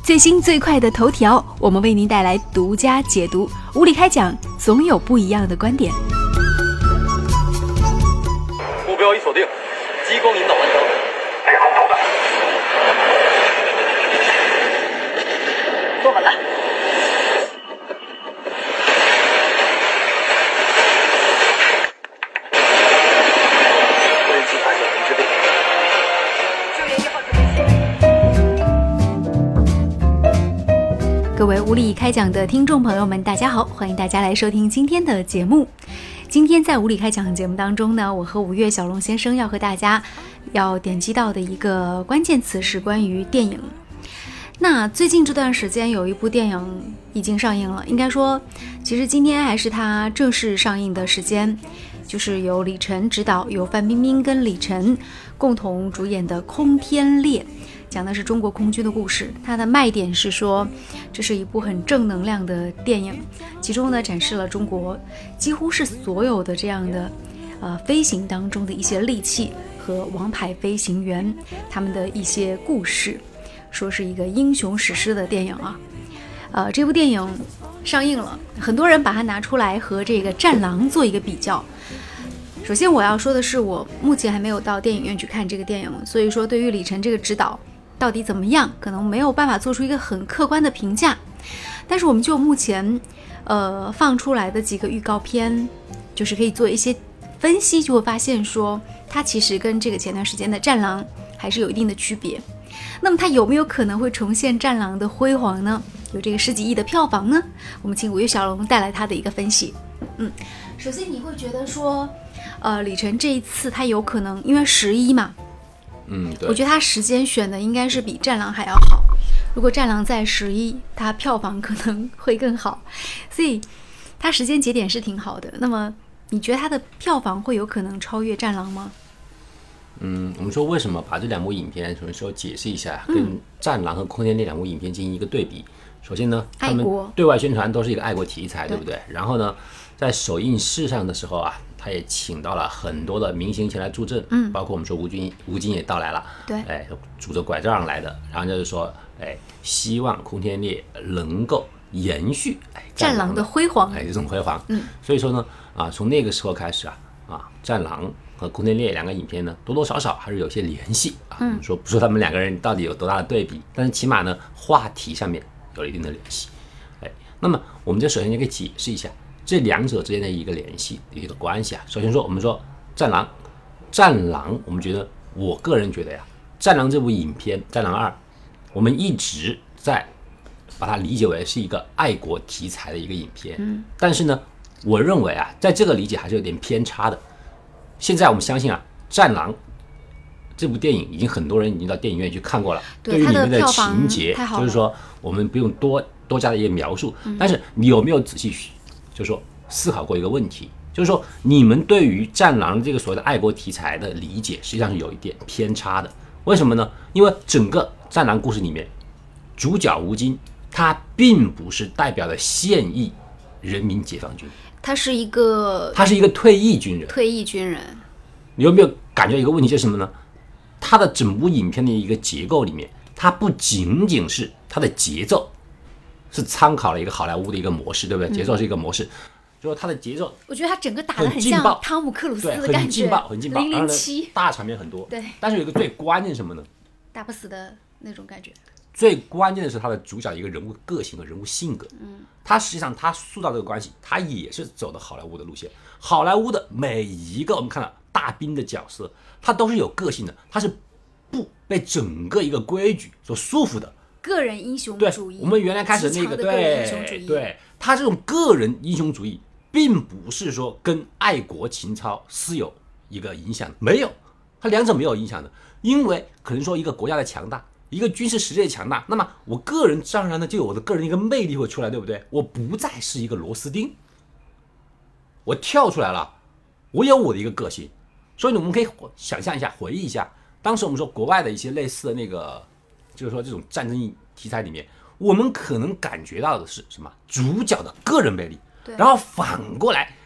最新最快的头条，我们为您带来独家解读。无理开讲，总有不一样的观点。 目标已锁定，激光引导完成。 备好投弹。 坐稳了。 飞机发现人质兵。 各位无理开讲的听众朋友们，大家好，欢迎大家来收听今天的节目。今天在无理开讲节目当中呢，我和五月小龙先生要和大家点击到的一个关键词是关于电影。那最近这段时间有一部电影已经上映了，应该说其实今天还是它正式上映的时间，就是由李晨执导，由范冰冰跟李晨共同主演的《空天猎》，讲的是中国空军的故事。它的卖点是说这是一部很正能量的电影，其中呢展示了中国几乎是所有的这样的飞行当中的一些利器和王牌飞行员他们的一些故事，说是一个英雄史诗的电影啊。这部电影上映了，很多人把它拿出来和这个《战狼》做一个比较。首先我要说的是，我目前还没有到电影院去看这个电影，所以说对于李晨这个指导到底怎么样，可能没有办法做出一个很客观的评价。但是我们就目前放出来的几个预告片，就是可以做一些分析，就会发现说它其实跟这个前段时间的《战狼》还是有一定的区别。那么它有没有可能会重现《战狼》的辉煌呢？有这个10几亿的票房呢？我们请五月小龙带来他的一个分析。首先你会觉得说李晨这一次他有可能因为11嘛， 对， 我觉得他时间选的应该是比《战狼》还要好。如果《战狼》在11，它票房可能会更好，所以它时间节点是挺好的。那么你觉得它的票房会有可能超越《战狼》吗？ 我们说为什么把这两部影片，首先说解释一下，跟《战狼》和《空天猎》两部影片进行一个对比。首先呢，他们对外宣传都是一个爱国题材，对不对？然后呢，在首映式上的时候啊，他也请到了很多的明星前来助阵，包括我们说吴京也到来了， 对， 拄着拐杖来的，然后就是说，希望空天猎能够延续战狼的辉煌， 这种辉煌。所以说呢，从那个时候开始战狼和空天猎两个影片呢，多多少少还是有些联系我们说不说他们两个人到底有多大的对比，但是起码呢，话题上面有了一定的联系。那么我们就首先就可以解释一下这两者之间的一个联系一个关系首先说，我们说战狼，我们觉得，我个人觉得呀，战狼这部影片《战狼2》，我们一直在把它理解为是一个爱国题材的一个影片，但是呢，我认为在这个理解还是有点偏差的。现在我们相信《战狼》这部电影已经很多人已经到电影院去看过了，对于里面的情节，就是说我们不用多加的一个描述，但是你有没有仔细就是说思考过一个问题，就是说你们对于《战狼》这个所谓的爱国题材的理解实际上是有一点偏差的。为什么呢？因为整个《战狼》故事里面，主角吴京他并不是代表的现役人民解放军，他是一个退役军人。你有没有感觉一个问题就是什么呢？他的整部影片的一个结构里面，它不仅仅是它的节奏是参考了一个好莱坞的一个模式，对不对？节奏是一个模式，就是它的节奏， 我觉得它整个打得很像汤姆克鲁斯的感觉， 很劲爆，007，大场面很多。 对， 但是有一个最关键是什么呢？ 打不死的那种感觉。 最关键的是他的主角的一个人物个性和人物性格。他实际上他塑造这个关系，他也是走的好莱坞的路线。好莱坞的每一个我们看到大兵的角色，他都是有个性的，他是不被整个一个规矩所束缚的。 个人英雄主义， 我们原来开始那个对，他这种个人英雄主义，并不是说跟爱国情操是有一个影响的，没有，他两者没有影响的。因为可能说一个国家的强大，一个军事实力的强大，那么我个人当然呢就有我的个人一个魅力会出来，对不对？我不再是一个螺丝钉，我跳出来了，我有我的一个个性。所以我们可以想象一下，回忆一下，当时我们说国外的一些类似的那个，就是说这种战争题材里面，我们可能感觉到的是什么？主角的个人魅力，然后反过来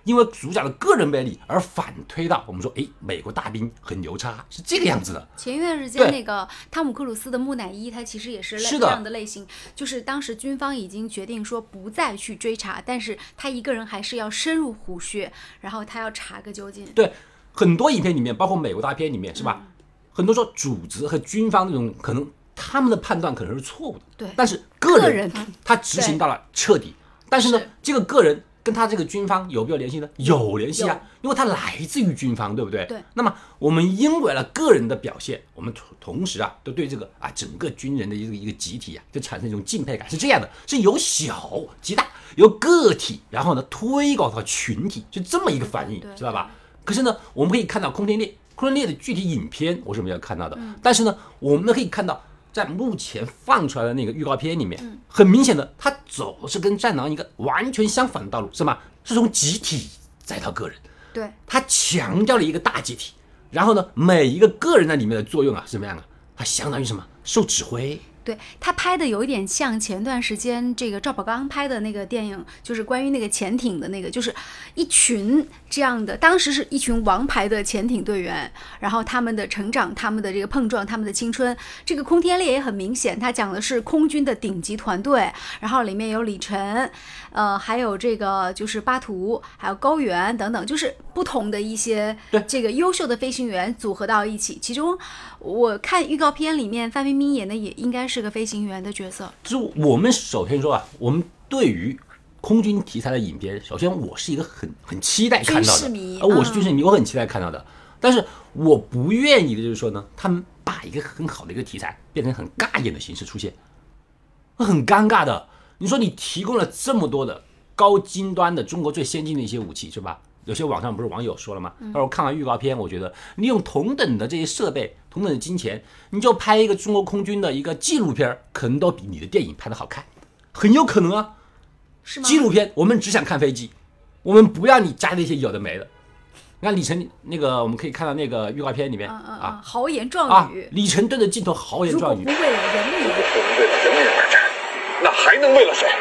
因为主角的个人魅力而反推到我们说，美国大兵很牛叉，是这个样子的。 前一段时间那个汤姆克鲁斯的木乃伊，它其实也是这样的类型，就是当时军方已经决定说不再去追查，但是他一个人还是要深入虎穴，然后他要查个究竟。 对，很多影片里面，包括美国大片里面，是吧？很多说主子和军方那种可能他们的判断可能是错误的， 对， 但是个人他执行到了彻底。但是呢，这个个人跟他这个军方有没有联系呢？有联系啊，因为他来自于军方，对不对？ 对。 那么我们因为了个人的表现，我们同时啊，都对这个整个军人的一个集体啊，就产生一种敬佩感。是这样的，是由小及大，由个体，然后呢推广到群体，是这么一个反应，知道吧？可是呢，我们可以看到空天猎的具体影片我是没有看到的，但是呢，我们可以看到。在目前放出来的那个预告片里面，很明显的，他走的是跟战狼一个完全相反的道路，是吗？是从集体再到个人。 对， 他强调了一个大集体，然后呢，每一个个人在里面的作用啊是什么样啊？他相当于什么？受指挥。 对，他拍的有一点像前段时间这个赵宝刚拍的那个电影，就是关于那个潜艇的那个，就是一群这样的，当时是一群王牌的潜艇队员，然后他们的成长，他们的这个碰撞，他们的青春。这个空天猎也很明显，他讲的是空军的顶级团队，然后里面有李晨，还有这个就是巴图，还有高原等等，就是不同的一些这个优秀的飞行员组合到一起。其中我看预告片里面范冰冰演的也应该是个飞行员的角色。 就是我们首先说啊，我们对于空军题材的影片，首先我是一个很期待看到的， 军事迷， 我是军事迷，我很期待看到的。但是我不愿意的就是说呢，他们把一个很好的一个题材变成很尬演的形式出现，很尴尬的。你说你提供了这么多的高精端的中国最先进的一些武器，是吧？有些网上不是网友说了吗？他说看完预告片，我觉得你用同等的这些设备、同等的金钱，你就拍一个中国空军的一个纪录片，可能都比你的电影拍得好看，很有可能啊。 是吗？ 纪录片我们只想看飞机，我们不要你加那些有的没的。你看李晨那个，我们可以看到那个预告片里面豪言壮语李晨对着镜头豪言壮语。 如果不为了人民， 如果不能为了人民而战，那还能为了谁？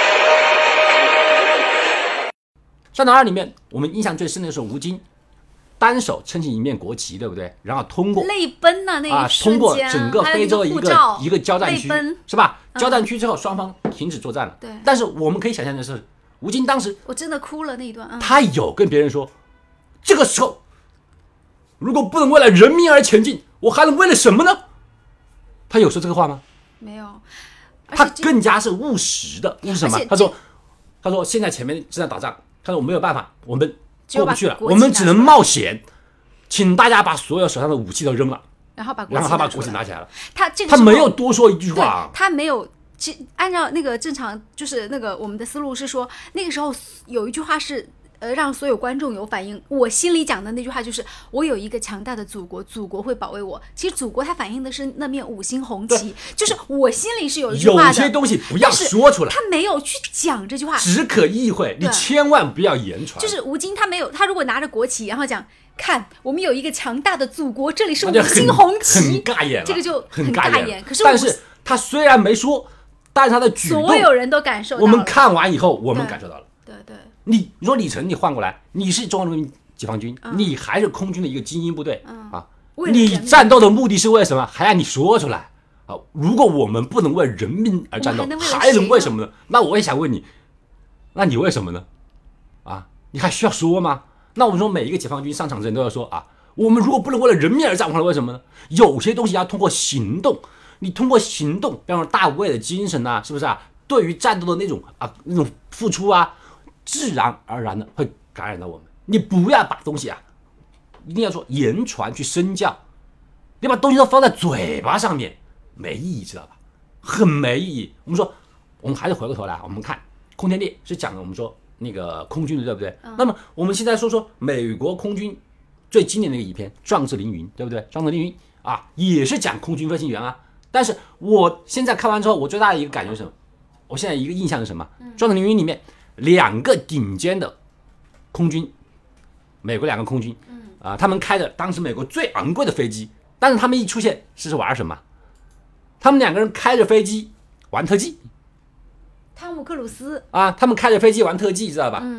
战狼2里面，我们印象最深的是吴京单手撑起一面国旗，对不对？然后通过泪奔那一瞬间， 通过整个非洲一个交战区，是吧？交战区之后，双方停止作战了。 对。 但是我们可以想象的是，吴京当时我真的哭了那一段。 他有跟别人说，这个时候如果不能为了人民而前进，我还能为了什么呢？他有说这个话吗？ 没有。 他更加是务实的，务实什么？他说现在前面正在打仗。他说我没有办法，我们过不去了，我们只能冒险，请大家把所有手上的武器都扔了， 然后他把国旗拿起来了。 他没有多说一句话， 他没有。按照那个正常，就是那个我们的思路是说，那个时候有一句话是让所有观众有反应。我心里讲的那句话就是我有一个强大的祖国，祖国会保卫我。其实祖国它反映的是那面5星红旗，就是我心里是有一句话的， 有些东西不要说出来， 他没有去讲这句话， 只可意会，你千万不要言传。 就是吴京他没有，他如果拿着国旗然后讲，看我们有一个强大的祖国，这里是5星红旗， 很尬演了， 这个就很尬演。可是但是他虽然没说，但是他的举动所有人都感受到了， 我们看完以后我们感受到了。 对， 你说李晨，你换过来，你是中华人民解放军，你还是空军的一个精英部队你战斗的目的是为什么？还让你说出来啊？如果我们不能为人民而战斗，还能为什么呢？那我也想问你，那你为什么呢？你还需要说吗？那我们说每一个解放军上场之前都要说我们如果不能为了人民而战，我们为什么呢？有些东西要通过行动，你通过行动，比方说大无畏的精神是不是对于战斗的那种付出自然而然的会感染到我们。你不要把东西一定要说言传去身教，你把东西都放在嘴巴上面，没意义，知道吧？很没意义。我们还是回过头来，我们看空天猎是讲的我们说那个空军的，对不对？那么我们现在说美国空军最经典的一个影片《壮志凌云》，对不对？《壮志凌云》也是讲空军飞行员但是我现在看完之后，我最大的一个感觉是什么？我现在一个印象是什么？《壮志凌云》里面2个顶尖的空军，美国2个空军他们开着当时美国最昂贵的飞机，但是他们一出现是玩什么？他们2个人开着飞机玩特技。 汤姆克鲁斯他们开着飞机玩特技，知道吧？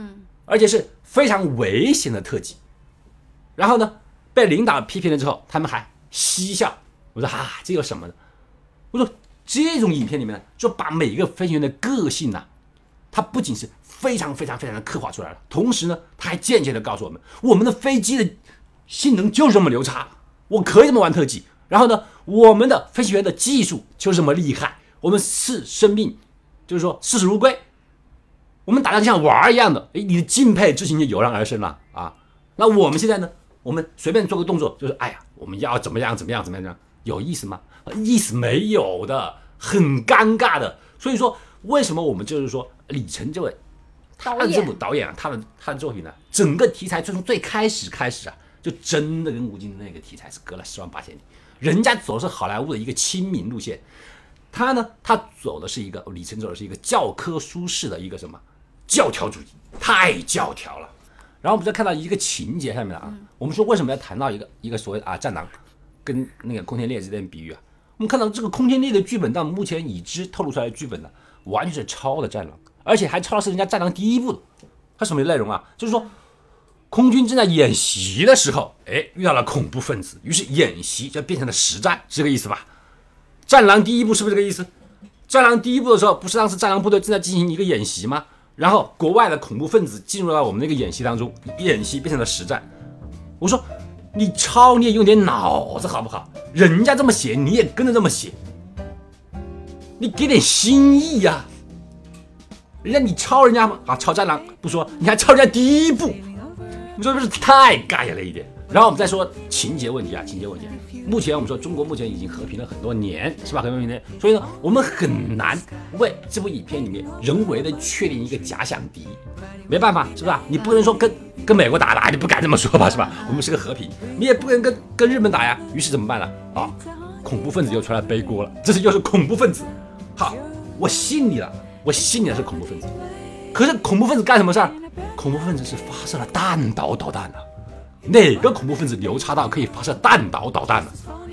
而且是非常危险的特技。然后呢，被领导批评了之后，他们还嬉笑。我说这有什么呢？我说这种影片里面呢，就把每一个飞行员的个性啊，它不仅是非常非常非常的刻画出来了，同时呢，它还间接的告诉我们，我们的飞机的性能就是这么流差，我可以这么玩特技。然后呢，我们的飞行员的技术就是这么厉害，我们视生命就是说视死如归，我们打仗像玩一样的，你的敬佩之情就油然而生了啊。那我们现在呢，我们随便做个动作，就是我们要怎么样，有意思吗？意思没有的，很尴尬的。所以说，为什么我们就是说李晨这位他的这部导演啊，他的作品呢，整个题材从最开始啊，就真的跟吴京那个题材是隔了10万8千里。人家走的是好莱坞的一个亲民路线，他走的是一个李晨走的是一个教科书式的一个什么教条主义，太教条了。然后我们再看到一个情节上面啊，我们说为什么要谈到一个所谓的战狼跟那个空天猎之间的比喻啊？我们看到这个空天猎的剧本到目前已知透露出来的剧本呢，完全是抄的战狼，而且还抄的是人家战狼第一部的。它什么内容啊？就是说空军正在演习的时候，遇到了恐怖分子，于是演习就变成了实战，是这个意思吧？战狼第一部是不是这个意思？战狼第一部的时候，不是当时战狼部队正在进行一个演习吗？然后国外的恐怖分子进入到我们那个演习当中，演习变成了实战。我说你抄你也用点脑子好不好？人家这么写你也跟着这么写，你给点新意呀。人家你抄人家吗？抄战狼不说，你还抄人家第一部，你说是不是太尬了一点？然后我们再说情节问题。目前我们说中国目前已经和平了很多年，是吧？很多年，所以呢，我们很难为这部影片里面人为的确定一个假想敌，没办法，是吧？你不能说跟美国打，你不敢这么说吧，是吧？我们是个和平，你也不能跟日本打呀。于是怎么办呢？恐怖分子又出来背锅了，这就是恐怖分子。好，我信你了是恐怖分子，可是恐怖分子干什么事儿？恐怖分子是发射了弹道导弹了。哪个恐怖分子流差到可以发射弹道导弹呢？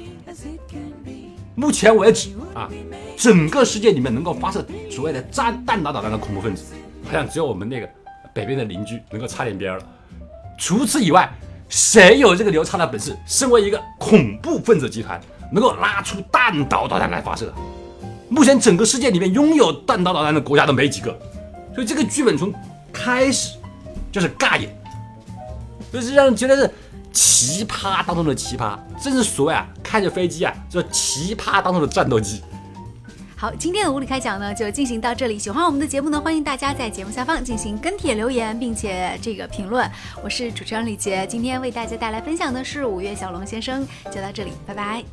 目前为止整个世界里面能够发射所谓的弹道导弹的恐怖分子，好像只有我们那个北边的邻居能够擦点边了。除此以外，谁有这个流差的本事？身为一个恐怖分子集团，能够拉出弹道导弹来发射？目前整个世界里面拥有弹道导弹的国家都没几个，所以这个剧本从开始就是尬演。就是让人觉得是奇葩当中的奇葩，真是所谓开着飞机就是奇葩当中的战斗机。 好，今天的无理开讲呢就进行到这里。喜欢我们的节目呢，欢迎大家在节目下方进行跟帖留言，并且评论。我是主持人李杰，今天为大家带来分享的是5月小龙先生，就到这里，拜拜。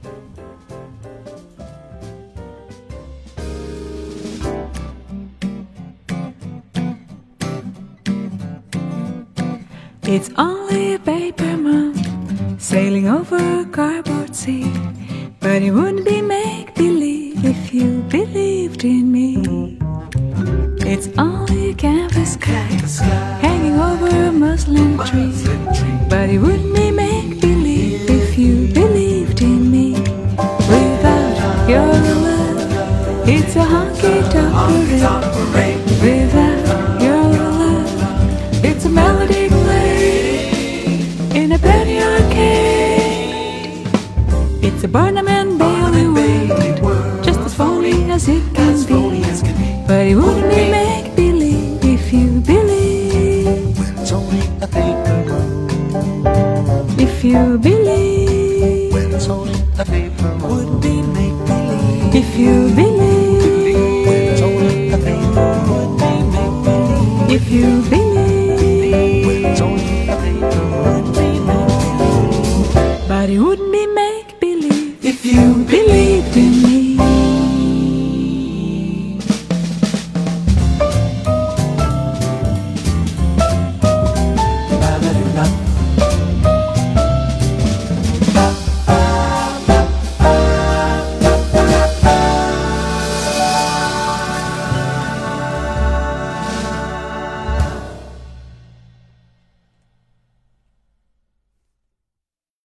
It's only a paper moon sailing over a cardboard sea, but it wouldn't be make-believe if you believed in me. It's only a canvas sky hanging over a muslin tree, but it wouldn't be make-believe if you believed in me. Without your love, it's a honky-tonk parade. Without your love, it's a melody in a penny arcade. It's a Barnum and Bailey world, just as phony as it can be. But it wouldn't be make-believe if you believe. It's only a paper moon. If you believe. It's only a paper moon. Wouldn't be make-believe. If you believe. It's only a paper moon. Wouldn't be make-believe. If you believe. It's only a paper moon. But it wouldn't be